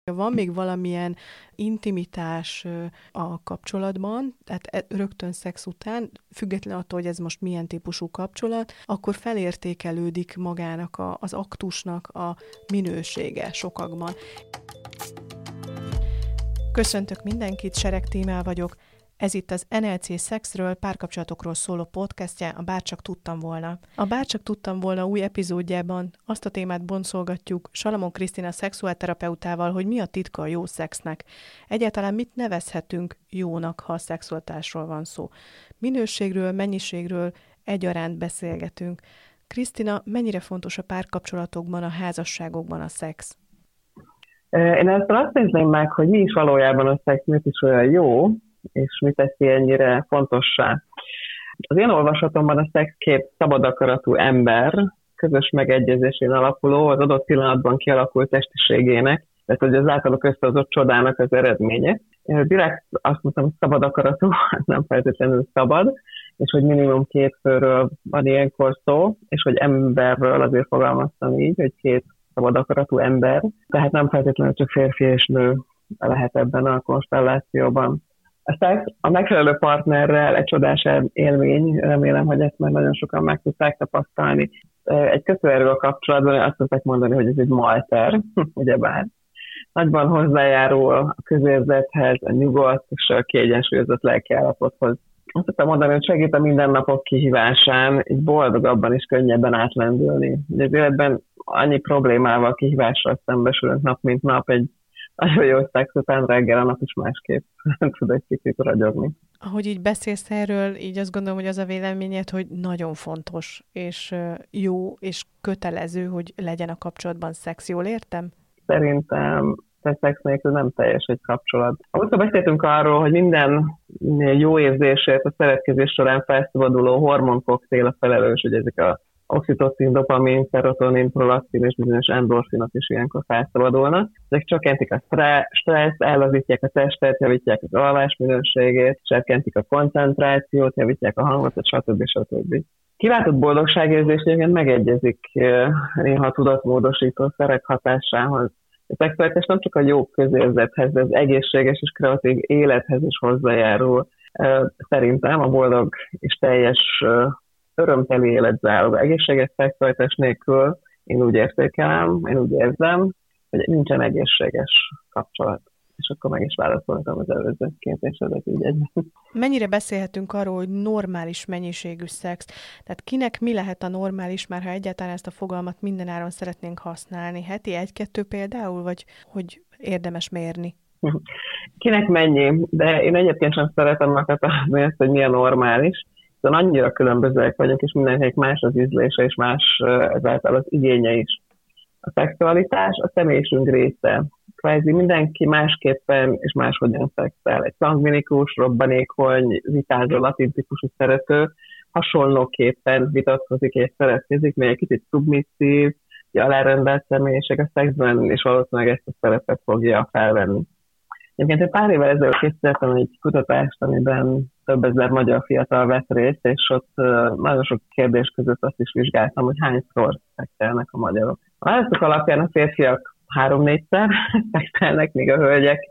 Van még valamilyen intimitás a kapcsolatban, tehát rögtön szex után, független attól, hogy ez most milyen típusú kapcsolat, akkor felértékelődik magának az aktusnak a minősége sokakban. Köszöntök mindenkit, Sereg Tímea vagyok. Ez itt az NLC Szexről, párkapcsolatokról szóló podcastje, a Bárcsak tudtam volna. A Bárcsak tudtam volna új epizódjában azt a témát boncolgatjuk Salamon Krisztina szexuálterapeutával, hogy mi a titka a jó szexnek. Egyáltalán mit nevezhetünk jónak, ha a szexualitásról van szó. Minőségről, mennyiségről egyaránt beszélgetünk. Krisztina, mennyire fontos a párkapcsolatokban, a házasságokban a szex? Én ezt azt nézném meg, hogy mi is valójában a szex, miért is olyan jó, és mit teszi ennyire fontossá. Az én olvasatomban a szex két szabad akaratú ember közös megegyezésén alapuló, az adott pillanatban kialakult testiségének, tehát hogy az általuk összehozott csodának az eredménye. Direkt azt mondtam, szabad akaratú, nem feltétlenül szabad, és hogy minimum két főről van ilyenkor szó, és hogy emberről azért fogalmaztam így, hogy két szabad akaratú ember, tehát nem feltétlenül csak férfi és nő lehet ebben a konstellációban. A szex a megfelelő partnerrel egy csodás élmény, remélem, hogy ezt már nagyon sokan meg tudták tapasztalni. Egy kötőerő a kapcsolatban azt szokták mondani, hogy ez egy malter, ugyebár. Nagyban hozzájárul a közérzethez, a nyugodt és a kiegyensúlyozott lelkiállapothoz. Azt szoktam mondani, hogy segít a mindennapok kihívásán, így boldogabban és könnyebben átlendülni. Ugye az életben annyi problémával, kihívással szembesülünk nap, mint nap, egy nagyon jó szex után reggel a nap is másképp tud egy kicsit ragyogni. Ahogy így beszélsz erről, így azt gondolom, hogy az a véleményed, hogy nagyon fontos, és jó, és kötelező, hogy legyen a kapcsolatban szex. Jól értem? Szerintem szex nélkül nem teljes egy kapcsolat. Amikor beszéltünk arról, hogy minden jó érzésért a szeretkezés során felszabaduló hormonkoktél a felelős, hogy ezek a oxitocin, dopamin, szerotonin, prolaktin és bizonyos endorfinok is ilyenkor felszabadulnak. Ezek csökkentik a stresszt, ellazítják a testet, javítják az alvás minőségét, csökkentik a koncentrációt, javítják a hangot, stb. Kiváltott boldogságérzés egyébként megegyezik néha tudatmódosító szerek hatásához. A szexualitás nem csak a jó közérzethez, de az egészséges és kreatív élethez is hozzájárul. Szerintem a boldog és teljes örömteli élet záró. Egészséges szexualitás nélkül én úgy értékelem, én úgy érzem, hogy nincsen egészséges kapcsolat. És akkor meg is válaszoltam az előző kérdésedet így egyben. Mennyire beszélhetünk arról, hogy normális mennyiségű szex? Tehát kinek mi lehet a normális, már ha egyáltalán ezt a fogalmat mindenáron szeretnénk használni? Heti egy-kettő például, vagy hogy érdemes mérni? Kinek mennyi? De én egyébként sem szeretem meghatározni ezt, hogy mi a normális. Szóval annyira különbözőek vagyunk, és mindenkinek más az ízlése, és más ezáltal az igénye is. A szexualitás a személyisünk része. Kvázi mindenki másképpen és máshogyan szexel. Egy szangvinikus, robbanékony, vitázó, latin típusú szerető hasonlóképpen vitatkozik és szeretkezik, mely egy kicsit szubmisszív, alárendelt személyiség a szexben, és valószínűleg ezt a szerepet fogja felvenni. Egyébként egy pár évvel ezelőtt készítettem egy kutatást, amiben több ezer magyar fiatal vett részt, és ott nagyon sok kérdés között azt is vizsgáltam, hogy hányszor szexelnek a magyarok. A választok alapján a férfiak 3-4-szer szexelnek, míg a hölgyek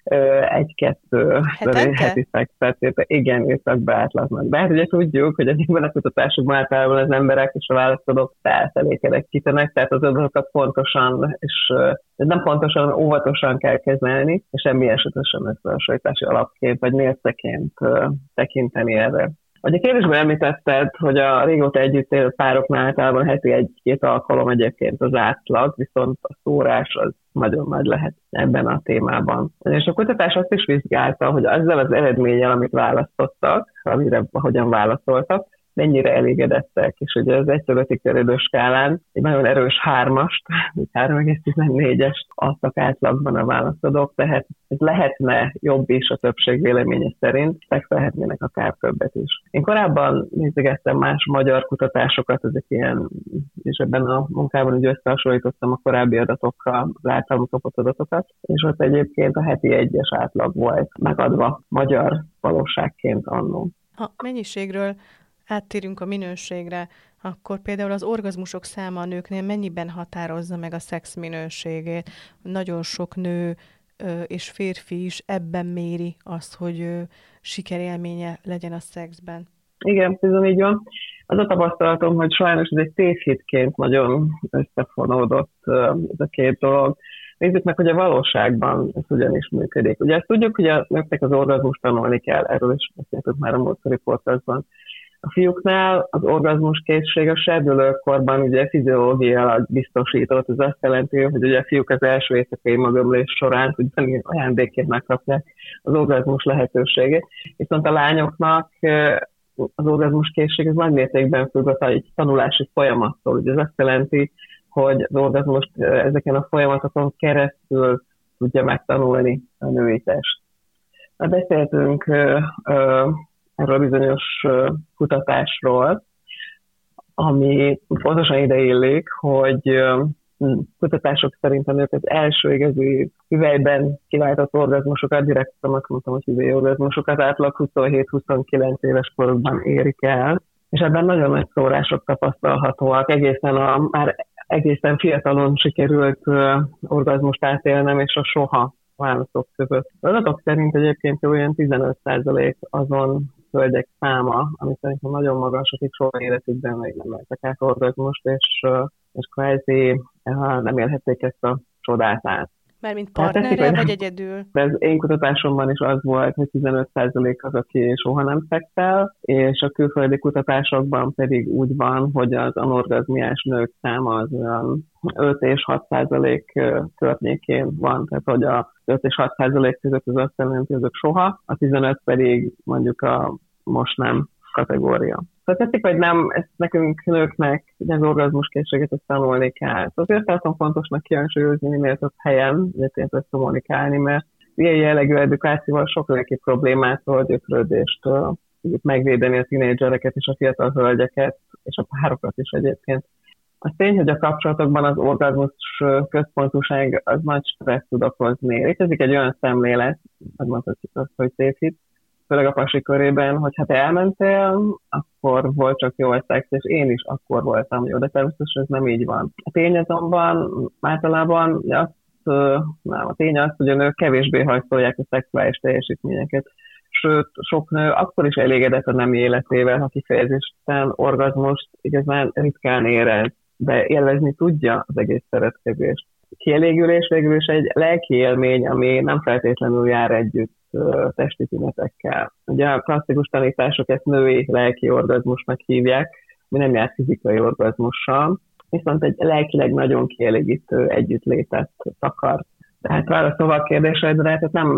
1-2 heti szexet. Igen, éjszakba átlaznak. De hát ugye tudjuk, hogy ezekben a kutatásokban általában az emberek és a választók felszerékedekítenek, tehát az adatokat pontosan, és nem pontosan, óvatosan kell kezelni, és semmi esetben sem összehasonlítási alapként vagy mérceként tekinteni erre. Vagy a kérdésben említetted, hogy a régóta együtt élő pároknál általában heti 1-2 alkalom egyébként az átlag, viszont a szórás az nagyon nagy lehet ebben a témában. És a kutatás azt is vizsgálta, hogy azzal az eredménnyel, amit választottak, amire hogyan válaszoltak, mennyire elégedettek, és ugye az 1-5-ig terjedő skálán egy nagyon erős 3-ast, 3,14-est adtak átlagban a válaszadók, tehát ez lehetne jobb is a többség véleménye szerint, szexelhetnének akár többet is. Én korábban nézegettem más magyar kutatásokat, ezek ilyen, és ebben a munkában úgy összehasonlítottam a korábbi adatokkal, az általam kapott adatokat, és ott egyébként a heti 1-es átlag volt megadva magyar valóságként annó. Ha mennyiségről áttérünk a minőségre, akkor például az orgazmusok száma a nőknél mennyiben határozza meg a szex minőségét? Nagyon sok nő és férfi is ebben méri azt, hogy sikerélménye legyen a szexben. Igen, bizony így van. Az a tapasztalatom, hogy sajnos ez egy tévhitként nagyon összefonódott ez a két dolog. Nézzük meg, hogy a valóságban ez ugyanis működik. Ugye ezt tudjuk, hogy a nőknek az orgazmus tanulni kell, erről is beszéltük már a múltkori podcastban. A fiúknál az orgazmus készség a serdülőkorban ugye fiziológiailag biztosított, ez azt jelenti, hogy ugye a fiúk az első éjszakai magömlés során ugyanis ajándékként megkapják az orgazmus lehetőségét, viszont a lányoknak az orgazmus készség az nagy mértékben függ a tanulási folyamattól. Ugye ez azt jelenti, hogy az orgazmust ezeken a folyamatokon keresztül tudja megtanulni a női test. Beszéltünk erről bizonyos kutatásról, ami fontosan ideillik, hogy kutatások szerint a nők az első igazi hüvelyben kiváltott orgazmusokat, direkt mondtam, hogy hüvely orgazmusokat átlag 27-29 éves korukban érik el, és ebben nagyon nagy szórások tapasztalhatóak. Már egészen fiatalon sikerült orgazmust átélnem, és a soha válaszok között. Az adatok szerint egyébként olyan 15% azon hölgyek száma, ami szerintem nagyon magas, akik soha életükben még nem éltek át orgazmust, és kvázi nem élhették ezt a csodát át. Mármint partnerrel vagy egyedül? Az én kutatásomban is az volt, hogy 15% az, aki soha nem szexel, és a külföldi kutatásokban pedig úgy van, hogy az anorgazmiás nők száma az olyan 5 és 6% környékén van, tehát hogy a 5 és 6% között az azt jelenti, hogy azok soha, a 15 pedig mondjuk a most nem kategória. Tehát tetszik, hogy nem, ezt nekünk nőknek az orgazmuskészséget ezt tanulni kell. Azért tartom fontosnak kihangsúlyozni minél több helyen, egyébként ezt kommunikálni, mert ilyen jellegű edukációval sok lelki problémától, gyötrődéstől megvédeni a tínédzsereket és a fiatal hölgyeket, és a párokat is egyébként. A tény, hogy a kapcsolatokban az orgazmus központúság az nagy stressz tud okozni. Létezik egy olyan szemlélet, mondhatjuk azt, hogy tévhit, főleg a pasi körében, hogy ha te elmentél, akkor volt csak jó a szex, és én is akkor voltam jó, de természetesen ez nem így van. A tény azonban általában a tény az, hogy a nők kevésbé hajszolják a szexuális teljesítményeket. Sőt, sok nő akkor is elégedett a nemi életével, ha kifejezésten orgazmust igazán ritkán érez, de élvezni tudja az egész szeretkezést. Kielégülés végül is egy lelki élmény, ami nem feltétlenül jár együtt testi tünetekkel. Ugye a klasszikus tanítások ezt női lelki orgazmusnak hívják, mi nem jár fizikai orgazmussal, viszont egy lelkileg nagyon kielégítő együttlétet takar. Tehát válaszolva a kérdésedre,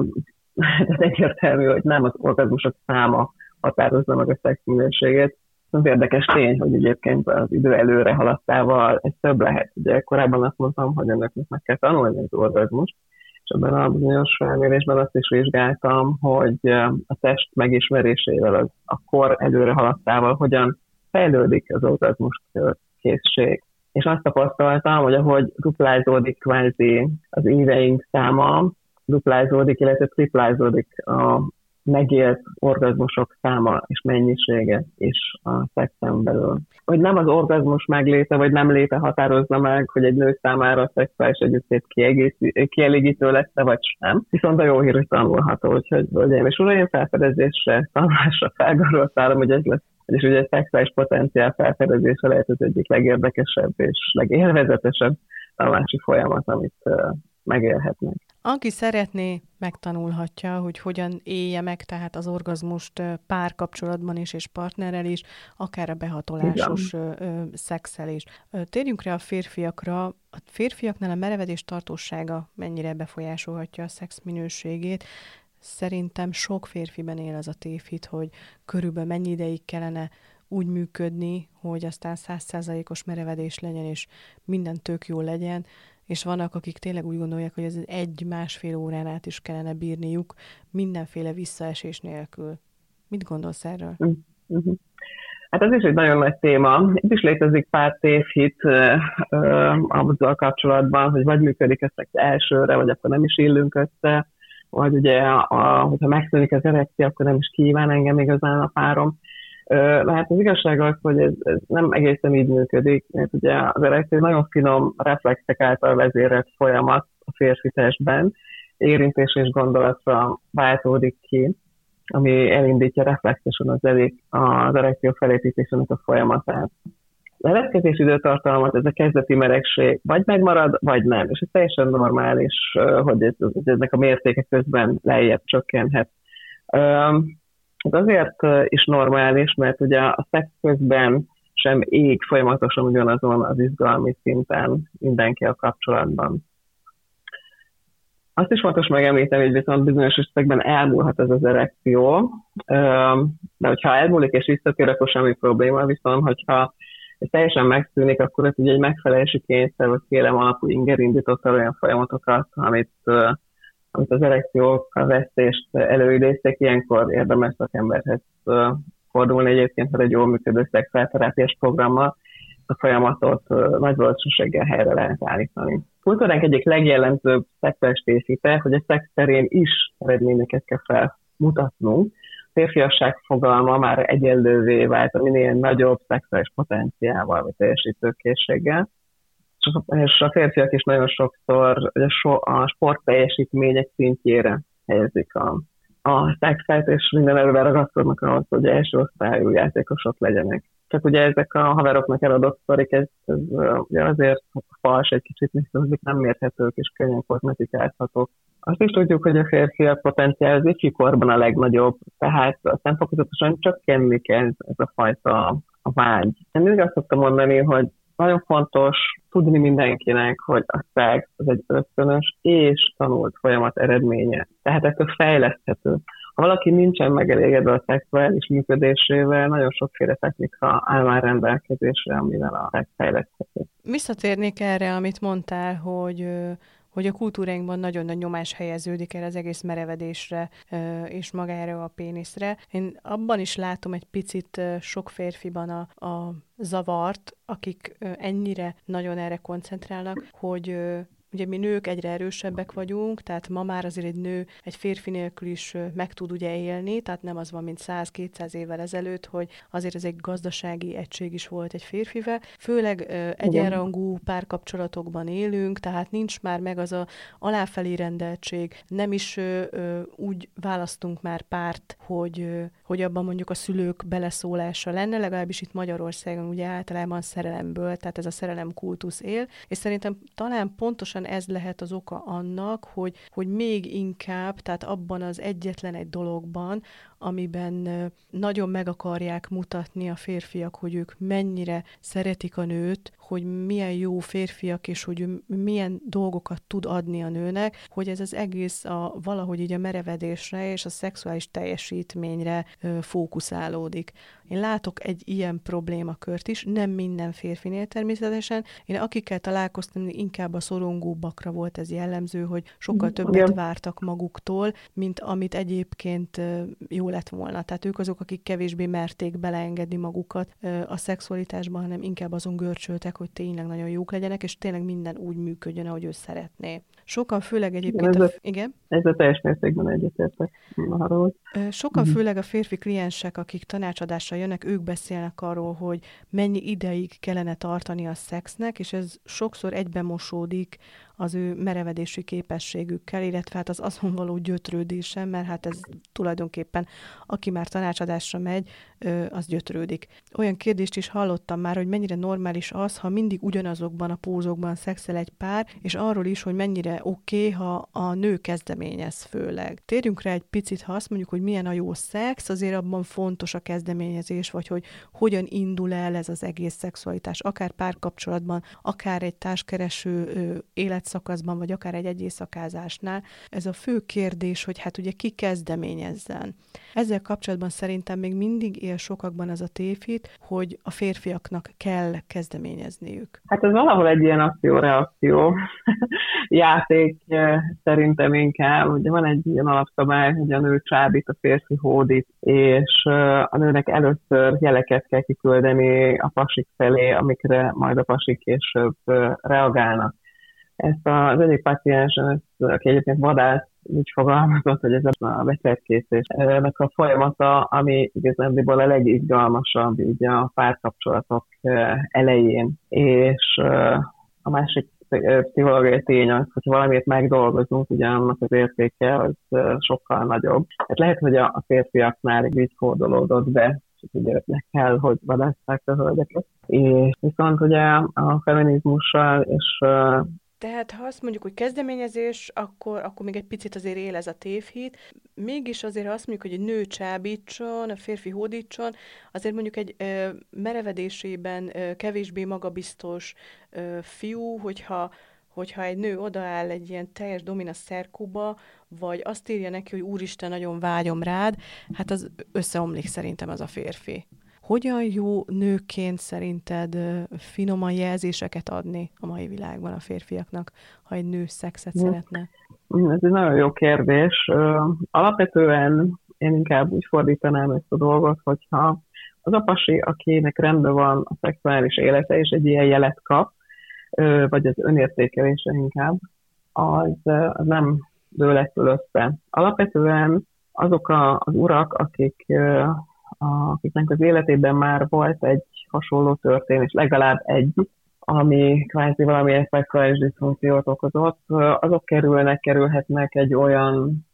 tehát egyértelmű, hogy nem az orgazmusok száma határozza meg a szexminőségét. Az érdekes tény, hogy egyébként az idő előre haladtával ez több lehet. Ugye korábban azt mondtam, hogy önöknek meg kell tanulni az orgazmust, és ebben a bizonyos felmérésben azt is vizsgáltam, hogy a test megismerésével, a kor előre haladtával hogyan fejlődik az orgazmus készség. És azt tapasztaltam, hogy ahogy duplázódik kvázi az éveink száma, duplázódik, illetve triplázódik a megélt orgazmusok száma és mennyisége is a szexen belül. Hogy nem az orgazmus megléte vagy nem léte határozza meg, hogy egy nő számára a szexuális együttlét kielégítő lesz-e vagy sem. Viszont a jó hír, hogy tanulható, úgyhogy hölgyeim és uraim, felfedezésre, tanulásra felgaroltálom, hogy ez lesz. És ugye a szexuális potenciál felfedezése lehet az egyik legérdekesebb és legélvezetesebb tanulási folyamat, amit megélhetnek. Aki szeretné, megtanulhatja, hogy hogyan élje meg tehát az orgazmust párkapcsolatban is és partnerrel is, akár a behatolásos szexel is. Térjünk rá a férfiakra. A férfiaknál a merevedés tartósága mennyire befolyásolhatja a szex minőségét? Szerintem sok férfiben él az a tévhit, hogy körülbelül mennyi ideig kellene úgy működni, hogy aztán 100%-os merevedés legyen, és minden tök jó legyen, és vannak, akik tényleg úgy gondolják, hogy ez 1-1,5 órán át is kellene bírniuk mindenféle visszaesés nélkül. Mit gondolsz erről? Hát ez is egy nagyon nagy téma. Itt is létezik pár tévhit azzal kapcsolatban, hogy vagy működik ezt elsőre, vagy akkor nem is illünk össze, vagy ugye, hogyha megszűnik az erekció, akkor nem is kíván engem igazán a párom. Hát az igazság az, hogy ez nem egészen így működik, mert ugye az erekció nagyon finom reflexek által vezérelt folyamat a férfi testben, érintés és gondolatra váltódik ki, ami elindítja reflexesen az erekció felépítésének a folyamatát. A letkezés időtartalmat, ez a kezdeti meregség vagy megmarad, vagy nem, és ez teljesen normális, hogy eznek a mértéke közben lejjebb csökkenhet. Ez azért is normális, mert ugye a szex közben sem ég folyamatosan ugyanazon az izgalmi szinten mindenki a kapcsolatban. Azt is fontos megemlíteni, hogy viszont bizonyos esetekben elmúlhat ez az erekció, de hogyha elmúlik és visszatér, akkor semmi probléma, viszont hogyha ez teljesen megszűnik, akkor ez ugye egy megfelelési kényszer, vagy kérem alapú inger indított el olyan folyamatokat, amit az erekciók a vesztést előidézték, ilyenkor érdemes szakemberhez fordulni egyébként, mert egy jól működő szexuálterápiás programmal a folyamatot nagy valószínűséggel helyre lehet állítani. Kultúránk egyik legjellemzőbb szexuális tészíte, hogy a szex terén is eredményeket kell felmutatnunk. A férfiasság fogalma már egyenlővé vált, minél nagyobb szexuális potenciával vagy teljesítőkészséggel. És a férfiak is nagyon sokszor a sportteljesítmények szintjére helyezik a szexet, és minden erővel ragaszkodnak ahhoz, hogy első osztályú játékosok legyenek. Csak ugye ezek a haveroknak eladott sztorik, ez ugye azért fals egy kicsit, mert nem mérhetők és könnyen kozmetikázhatók. Azt is tudjuk, hogy a férfiak potenciál az ifjúkorban a legnagyobb, tehát aztán fokozatosan csökkenni kezd ez a fajta a vágy. Én mindig azt szoktam mondani, hogy nagyon fontos tudni mindenkinek, hogy a szex az egy ösztönös és tanult folyamat eredménye. Tehát ettől fejleszthető. Ha valaki nincsen megelégedve a szexuális működésével, nagyon sokféle technika áll már rendelkezésre, amivel a szex fejleszthető. Visszatérnék erre, amit mondtál, hogy a kultúránkban nagyon nagy nyomás helyeződik el az egész merevedésre és magára a péniszre. Én abban is látom egy picit sok férfiban a zavart, akik ennyire nagyon erre koncentrálnak, hogy ugye mi nők egyre erősebbek vagyunk, tehát ma már azért egy nő egy férfi nélkül is meg tud ugye élni, tehát nem az van, mint 100-200 évvel ezelőtt, hogy azért ez egy gazdasági egység is volt egy férfivel. Főleg egyenrangú párkapcsolatokban élünk, tehát nincs már meg az a aláfelé rendeltség, nem is úgy választunk már párt, hogy abban mondjuk a szülők beleszólása lenne, legalábbis itt Magyarországon ugye általában szerelemből, tehát ez a szerelem kultusz él, és szerintem talán pontosan ez lehet az oka annak, hogy még inkább, tehát abban az egyetlen egy dologban, amiben nagyon meg akarják mutatni a férfiak, hogy ők mennyire szeretik a nőt, hogy milyen jó férfiak, és hogy milyen dolgokat tud adni a nőnek, hogy ez az egész valahogy így a merevedésre és a szexuális teljesítményre fókuszálódik. Én látok egy ilyen problémakört is, nem minden férfinél természetesen. Én akikkel találkoztam, inkább a szorongóbbakra volt ez jellemző, hogy sokkal többet vártak maguktól, mint amit egyébként jó lett volna. Tehát ők azok, akik kevésbé merték beleengedni magukat a szexualitásban, hanem inkább azon görcsöltek, hogy tényleg nagyon jók legyenek, és tényleg minden úgy működjön, ahogy ő szeretné. Sokan főleg egyébként... Igen? Ezzel teljes mértékben egyetértek. Sokan főleg a férfi kliensek, akik tanácsadásra jönnek, ők beszélnek arról, hogy mennyi ideig kellene tartani a szexnek, és ez sokszor egybemosódik az ő merevedési képességükkel, illetve hát az azon való gyötrődésen, mert hát ez tulajdonképpen, aki már tanácsadásra megy, az gyötrődik. Olyan kérdést is hallottam már, hogy mennyire normális az, ha mindig ugyanazokban a pózokban szexel egy pár, és arról is, hogy mennyire oké, ha a nő kezdeményez főleg. Térjünk rá egy picit, ha azt mondjuk, hogy milyen a jó szex, azért abban fontos a kezdeményezés, vagy hogy hogyan indul el ez az egész szexualitás, akár párkapcsolatban, akár egy társkereső életszakaszban, vagy akár egy éjszakázásnál. Ez a fő kérdés, hogy hát ugye ki kezdeményezzen. Ezzel kapcsolatban szerintem még mindig él sokakban az a tévhit, hogy a férfiaknak kell kezdeményezniük. Hát ez valahol egy ilyen akció-reakció játék szerintem inkább. Ugye van egy ilyen alapszabály, hogy a nő csábít, a férfi hódít, és a nőnek először jeleket kell kiküldeni a pasik felé, amikre majd a pasik később reagálnak. Ezt az egyik páciensen, aki egyébként vadász, úgy fogalmazott, hogy ez a vegyszerkészítés ennek a folyamata, ami igazándiból a legizgalmasabb így a párkapcsolatok elején, és a másik pszichológiai tény az, hogyha valamiért megdolgozunk, ugye annak az értéke az sokkal nagyobb. Hát lehet, hogy a férfiaknál így fordulódott be, és ugye kell, hogy vadásszák a hölgyeket. És viszont ugye a feminizmussal és tehát ha azt mondjuk, hogy kezdeményezés, akkor még egy picit azért él ez a tévhit. Mégis azért, ha azt mondjuk, hogy egy nő csábítson, a férfi hódítson, azért mondjuk egy merevedésében kevésbé magabiztos fiú, hogyha egy nő odaáll egy ilyen teljes dominasz szerkóba, vagy azt írja neki, hogy úristen, nagyon vágyom rád, hát az összeomlik szerintem az a férfi. Hogyan jó nőként szerinted finoman jelzéseket adni a mai világban a férfiaknak, ha egy nő szexet szeretne? Ez egy nagyon jó kérdés. Alapvetően én inkább úgy fordítanám ezt a dolgot, hogyha az a pasi, akinek rendben van a szexuális élete, és egy ilyen jelet kap, vagy az önértékelése inkább, az nem dől ettől össze. Alapvetően azok az urak, akiknek az életében már volt egy hasonló történés, legalább egy, ami kvázi valamilyen szexuális diszfunkciót okozott, azok kerülhetnek egy olyan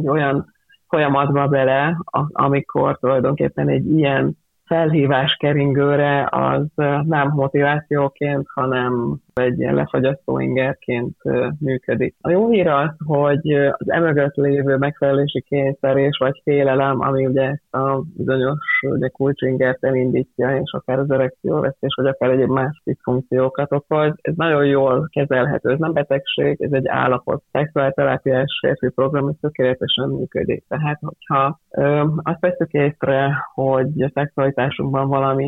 folyamatba bele, amikor tulajdonképpen egy ilyen felhívás keringőre az nem motivációként, hanem egy ilyen lefagyasztó ingerként működik. A jó hír az, hogy az emögött lévő megfelelési kényszerés vagy félelem, ami ugye ezt a bizonyos kulcsingert elindítja, és akár az erekcióvesztés, vagy akár egyéb más diszfunkciókat okoz, ez nagyon jól kezelhető, ez nem betegség, ez egy állapot. Szexuálterápiás férfi program, ez tökéletesen működik. Tehát, hogyha azt veszük észre, hogy a szexualitásunkban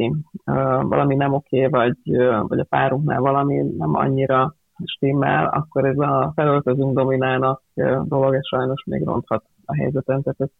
valami nem oké, vagy a párunknál valami nem annyira stimmel, akkor ez a felöltözünk dominálnak dolog, és sajnos még ronthat a helyzeten. Tehát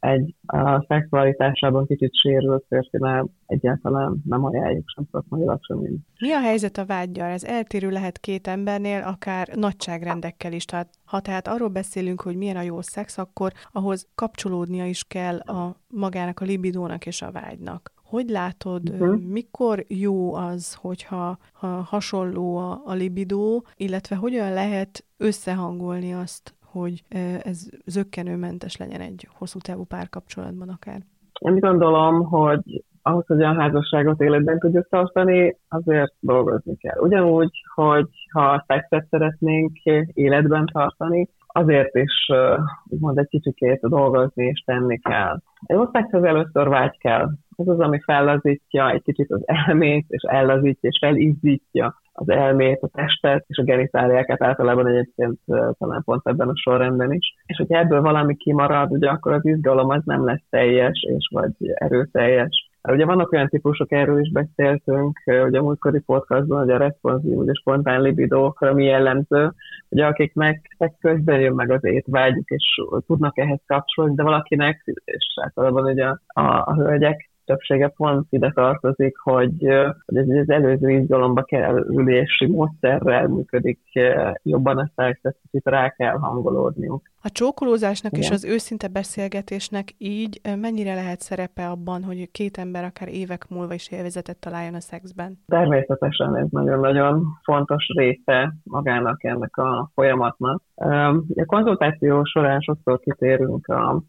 a szexualitásában kicsit sérült férfinál egyáltalán nem ajánljuk sem szakmailag sem. Mi a helyzet a vággyal? Ez eltérő lehet két embernél, akár nagyságrendekkel is. Tehát arról beszélünk, hogy milyen a jó szex, akkor ahhoz kapcsolódnia is kell magának a libidónak és a vágynak. Hogy látod, mikor jó az, hogyha hasonló a libidó, illetve hogyan lehet összehangolni azt, hogy ez zökkenőmentes legyen egy hosszú távú párkapcsolatban akár? Én gondolom, hogy ahhoz, hogy a házasságot életben tudjuk tartani, azért dolgozni kell. Ugyanúgy, hogy ha szexet szeretnénk életben tartani, azért is úgymond egy kicsikét dolgozni és tenni kell. Egy jó szexhez először vágy kell. Ez az, ami fellazítja egy kicsit az elmét, és ellazítja, és felizzítja az elmét, a testet, és a genitáliákat általában egyébként talán pont ebben a sorrendben is. És hogyha ebből valami kimarad, ugye akkor az izgalom az nem lesz teljes, és vagy erőteljes. Ugye vannak olyan típusok, erről is beszéltünk, ugye a múltkori podcastban, hogy a responsív, ugye spontán libidókra mi jellemző, ugye akiknek közben jön meg az étvágyuk, és tudnak ehhez kapcsolni, de valakinek, és általában ugye a hölgyek többsége pont ide tartozik, hogy ez az előző izgalomba kerülési módszerrel működik jobban a szex, ezt kicsit rá kell hangolódniuk. A csókolózásnak és az őszinte beszélgetésnek így mennyire lehet szerepe abban, hogy két ember akár évek múlva is élvezetet találjon a szexben? Természetesen ez nagyon-nagyon fontos része magának ennek a folyamatnak. A konzultáció során sokszor kitérünk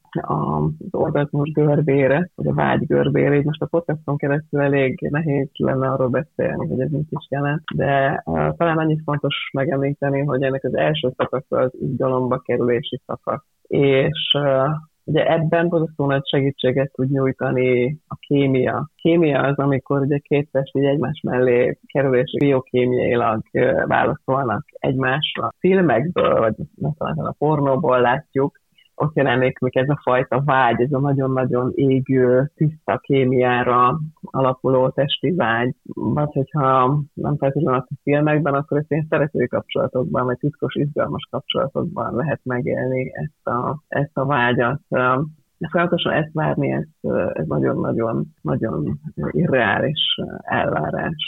az orgazmus görbére, vagy a vágy görbére. Így most a podcaston keresztül elég nehéz lenne arról beszélni, hogy ez mit is jelent, de talán annyit fontos megemlíteni, hogy ennek az első szakasza az izgalomba kerülési szakasz. És ugye ebben borzasztó nagy segítséget tud nyújtani a kémia. A kémia az, amikor ugye két test így egymás mellé kerülési biokémiailag válaszolnak egymásra. Filmekből, vagy talán a pornóból látjuk, ott jelenik még ez a fajta vágy, ez a nagyon-nagyon égő, tiszta kémiára alapuló testi vágy. Vagy hogyha nem feltétlenül a filmekben, akkor ezt én szeretői kapcsolatokban, vagy titkos, izgalmas kapcsolatokban lehet megélni ezt a vágyat. Folyamatosan ezt várni, ez nagyon-nagyon irreális elvárás.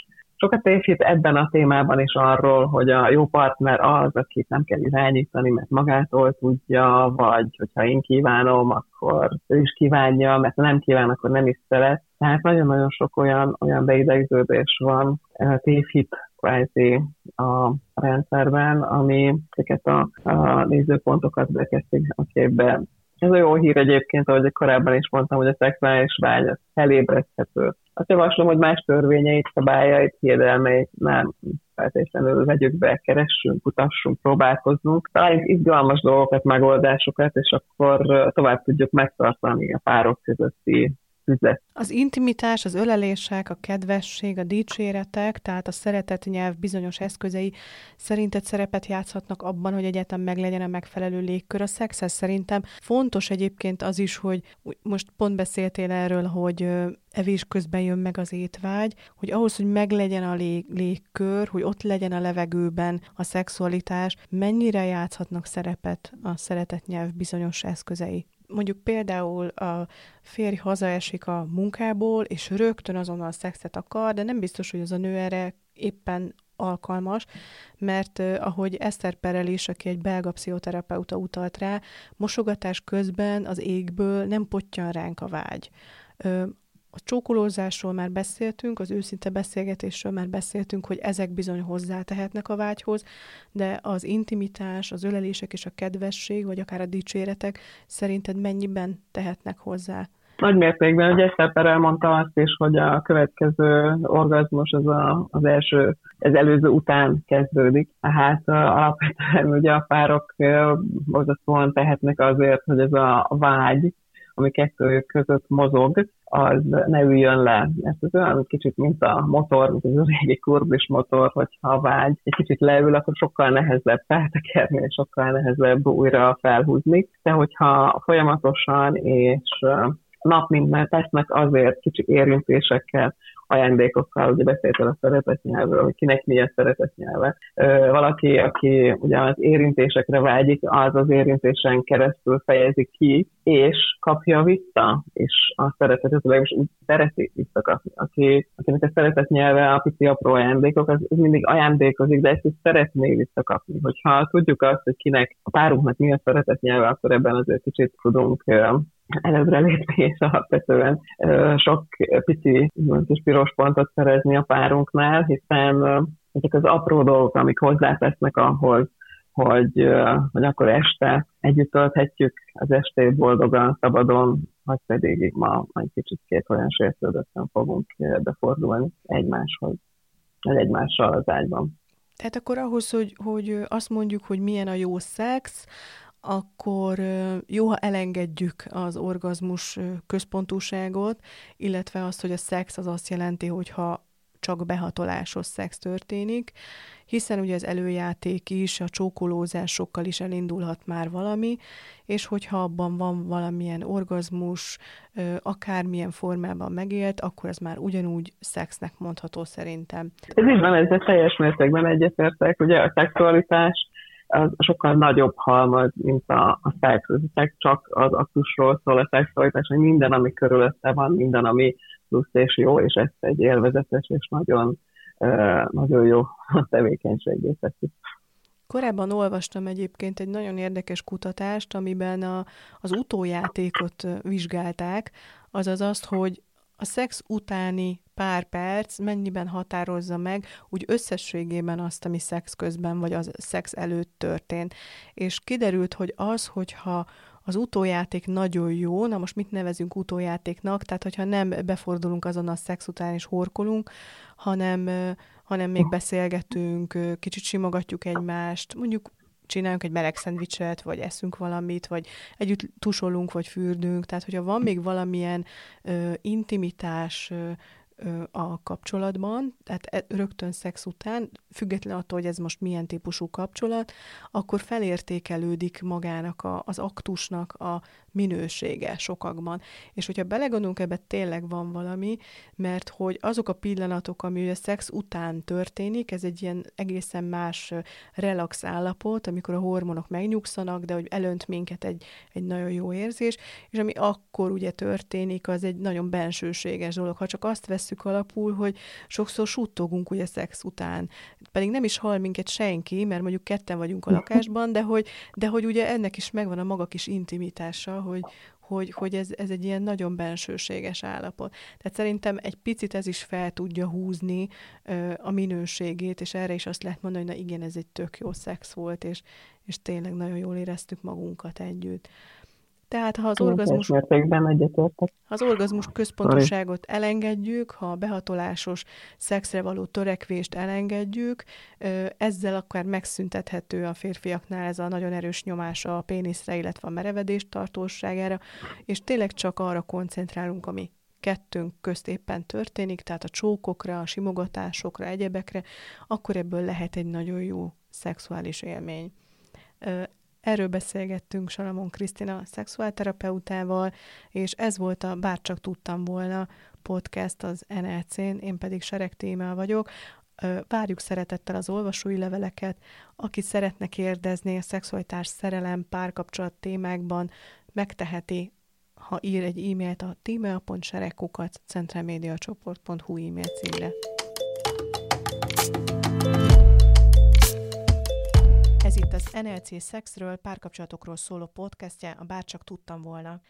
Sok a tévhit ebben a témában is arról, hogy a jó partner az, akit nem kell irányítani, mert magától tudja, vagy hogyha én kívánom, akkor ő is kívánja, mert ha nem kíván, akkor nem is szeret. Tehát nagyon-nagyon sok olyan beidegződés van, tévhit kvázi a rendszerben, ami ezeket a nézőpontokat bekezdik a képbe. Ez a jó hír egyébként, ahogy korábban is mondtam, hogy a szexuális vágy az felébreszthető. Azt javaslom, hogy más törvényeit, szabályait, hiedelmeit nem feltétlenül vegyük be, keressünk, kutassunk, próbálkozzunk. Találjunk izgalmas dolgokat, megoldásokat, és akkor tovább tudjuk megtartani a párok közötti üzlet. Az intimitás, az ölelések, a kedvesség, a dicséretek, tehát a szeretetnyelv bizonyos eszközei szerinted szerepet játszhatnak abban, hogy egyáltalán meglegyen a megfelelő légkör a szexhez. Szerintem fontos egyébként az is, hogy most pont beszéltél erről, hogy evés közben jön meg az étvágy, hogy ahhoz, hogy meglegyen a légkör, hogy ott legyen a levegőben a szexualitás, mennyire játszhatnak szerepet a szeretetnyelv bizonyos eszközei. Mondjuk például a férj hazaesik a munkából, és rögtön azonnal szexet akar, de nem biztos, hogy az a nő erre éppen alkalmas, mert ahogy Eszter Perel is, aki egy belga pszichoterapeuta utalt rá, mosogatás közben az égből nem pottyan ránk a vágy. A csókolózásról már beszéltünk, az őszinte beszélgetésről már beszéltünk, hogy ezek bizony hozzátehetnek a vágyhoz, de az intimitás, az ölelések és a kedvesség, vagy akár a dicséretek szerinted mennyiben tehetnek hozzá? Nagy mértékben, ugye Eszter Perel mondta azt is, hogy a következő orgazmus az előző után kezdődik. Tehát alapvetően ugye a párok borzasztóan tehetnek azért, hogy ez a vágy, ami kettőjük között mozog, az ne üljön le. Ez olyan kicsit, mint a motor, mint az régi kurblis motor, hogyha a vágy egy kicsit leül, akkor sokkal nehezebb feltekerni, és sokkal nehezebb újra felhúzni. De hogyha folyamatosan és nap mint már tesznek azért kicsi érintésekkel, ajándékokkal, ugye beszéltél a szeretetnyelvről, hogy kinek mi a szeretetnyelve. Valaki, aki ugye az érintésekre vágyik, az érintésen keresztül fejezi ki, és kapja vissza, és a szeretetet legalábbis úgy szereti visszakapni. Akinek a szeretetnyelve a pici apró ajándékok, az mindig ajándékozik, de ezt is szeretné visszakapni. Hogyha tudjuk azt, hogy kinek a párunknak mi a szeretetnyelve, akkor ebben azért kicsit tudunk előbbre lépni, és alapvetően sok pici kis piros pontot szerezni a párunknál, hiszen ezek az apró dolgok, amik hozzátesznek ahhoz, hogy akkor este együtt tölthetjük az estét boldogan, szabadon, vagy pedig ma egy kicsit két olyan sértődötten fogunk befordulni egymáshoz, vagy egymással az ágyban. Tehát akkor ahhoz, hogy azt mondjuk, hogy milyen a jó szex, akkor jó, ha elengedjük az orgazmus központúságot, illetve azt, hogy a szex az azt jelenti, hogyha csak behatolásos szex történik, hiszen ugye az előjáték is, a csókolózásokkal is elindulhat már valami, és hogyha abban van valamilyen orgazmus, akármilyen formában megélt, akkor ez már ugyanúgy szexnek mondható szerintem. Ez így van, ezzel teljes mértékben egyetértek, ugye a szexualitás az sokkal nagyobb halmaz, mint a szex. A szex csak az aktusról szól, a szexualitás, hogy minden, ami körülötte van, minden, ami plusz és jó, és ezt egy élvezetes és nagyon, nagyon jó tevékenységé teszi. Korábban olvastam egyébként egy nagyon érdekes kutatást, amiben az utójátékot vizsgálták, azaz azt, hogy a szex utáni pár perc mennyiben határozza meg úgy összességében azt, ami szex közben vagy az szex előtt történt. És kiderült, hogy hogyha az utójáték nagyon jó, na most mit nevezünk utójátéknak, tehát hogyha nem befordulunk azon a szex után és horkolunk, hanem még beszélgetünk, kicsit simogatjuk egymást, mondjuk csináljunk egy meleg szendvicset, vagy eszünk valamit, vagy együtt tusolunk, vagy fürdünk. Tehát, hogyha van még valamilyen intimitás a kapcsolatban, tehát rögtön szex után, független attól, hogy ez most milyen típusú kapcsolat, akkor felértékelődik magának az aktusnak a minősége sokakban. És hogyha belegondolunk, ebben tényleg van valami, mert hogy azok a pillanatok, ami a szex után történik, ez egy ilyen egészen más relax állapot, amikor a hormonok megnyugszanak, de hogy elönt minket egy nagyon jó érzés, és ami akkor ugye történik, az egy nagyon bensőséges dolog. Ha csak azt vesszük alapul, hogy sokszor suttogunk ugye szex után. Pedig nem is hall minket senki, mert mondjuk ketten vagyunk a lakásban, de hogy ugye ennek is megvan a maga kis intimitása, hogy ez egy ilyen nagyon bensőséges állapot. Tehát szerintem egy picit ez is fel tudja húzni a minőségét, és erre is azt lehet mondani, hogy na igen, ez egy tök jó szex volt, és tényleg nagyon jól éreztük magunkat együtt. Tehát ha az orgazmus központúságot elengedjük, ha a behatolásos szexre való törekvést elengedjük, ezzel akár megszüntethető a férfiaknál ez a nagyon erős nyomás a péniszre, illetve a merevedés tartóságára, és tényleg csak arra koncentrálunk, ami kettőnk közt éppen történik, tehát a csókokra, a simogatásokra, egyebekre, akkor ebből lehet egy nagyon jó szexuális élmény. Erről beszélgettünk Salamon Krisztina szexuálterapeutával, és ez volt a Bárcsak tudtam volna podcast az NLC-n, én pedig Sereg Tímea vagyok. Várjuk szeretettel az olvasói leveleket, aki szeretne kérdezni a szexualitás, szerelem, párkapcsolat témákban, megteheti, ha ír egy e-mailt a timea.seregkukac@centralmediacsoport.hu e-mail címre. Ez itt az NLC Szexről, párkapcsolatokról szóló podcastje, a Bárcsak tudtam volna.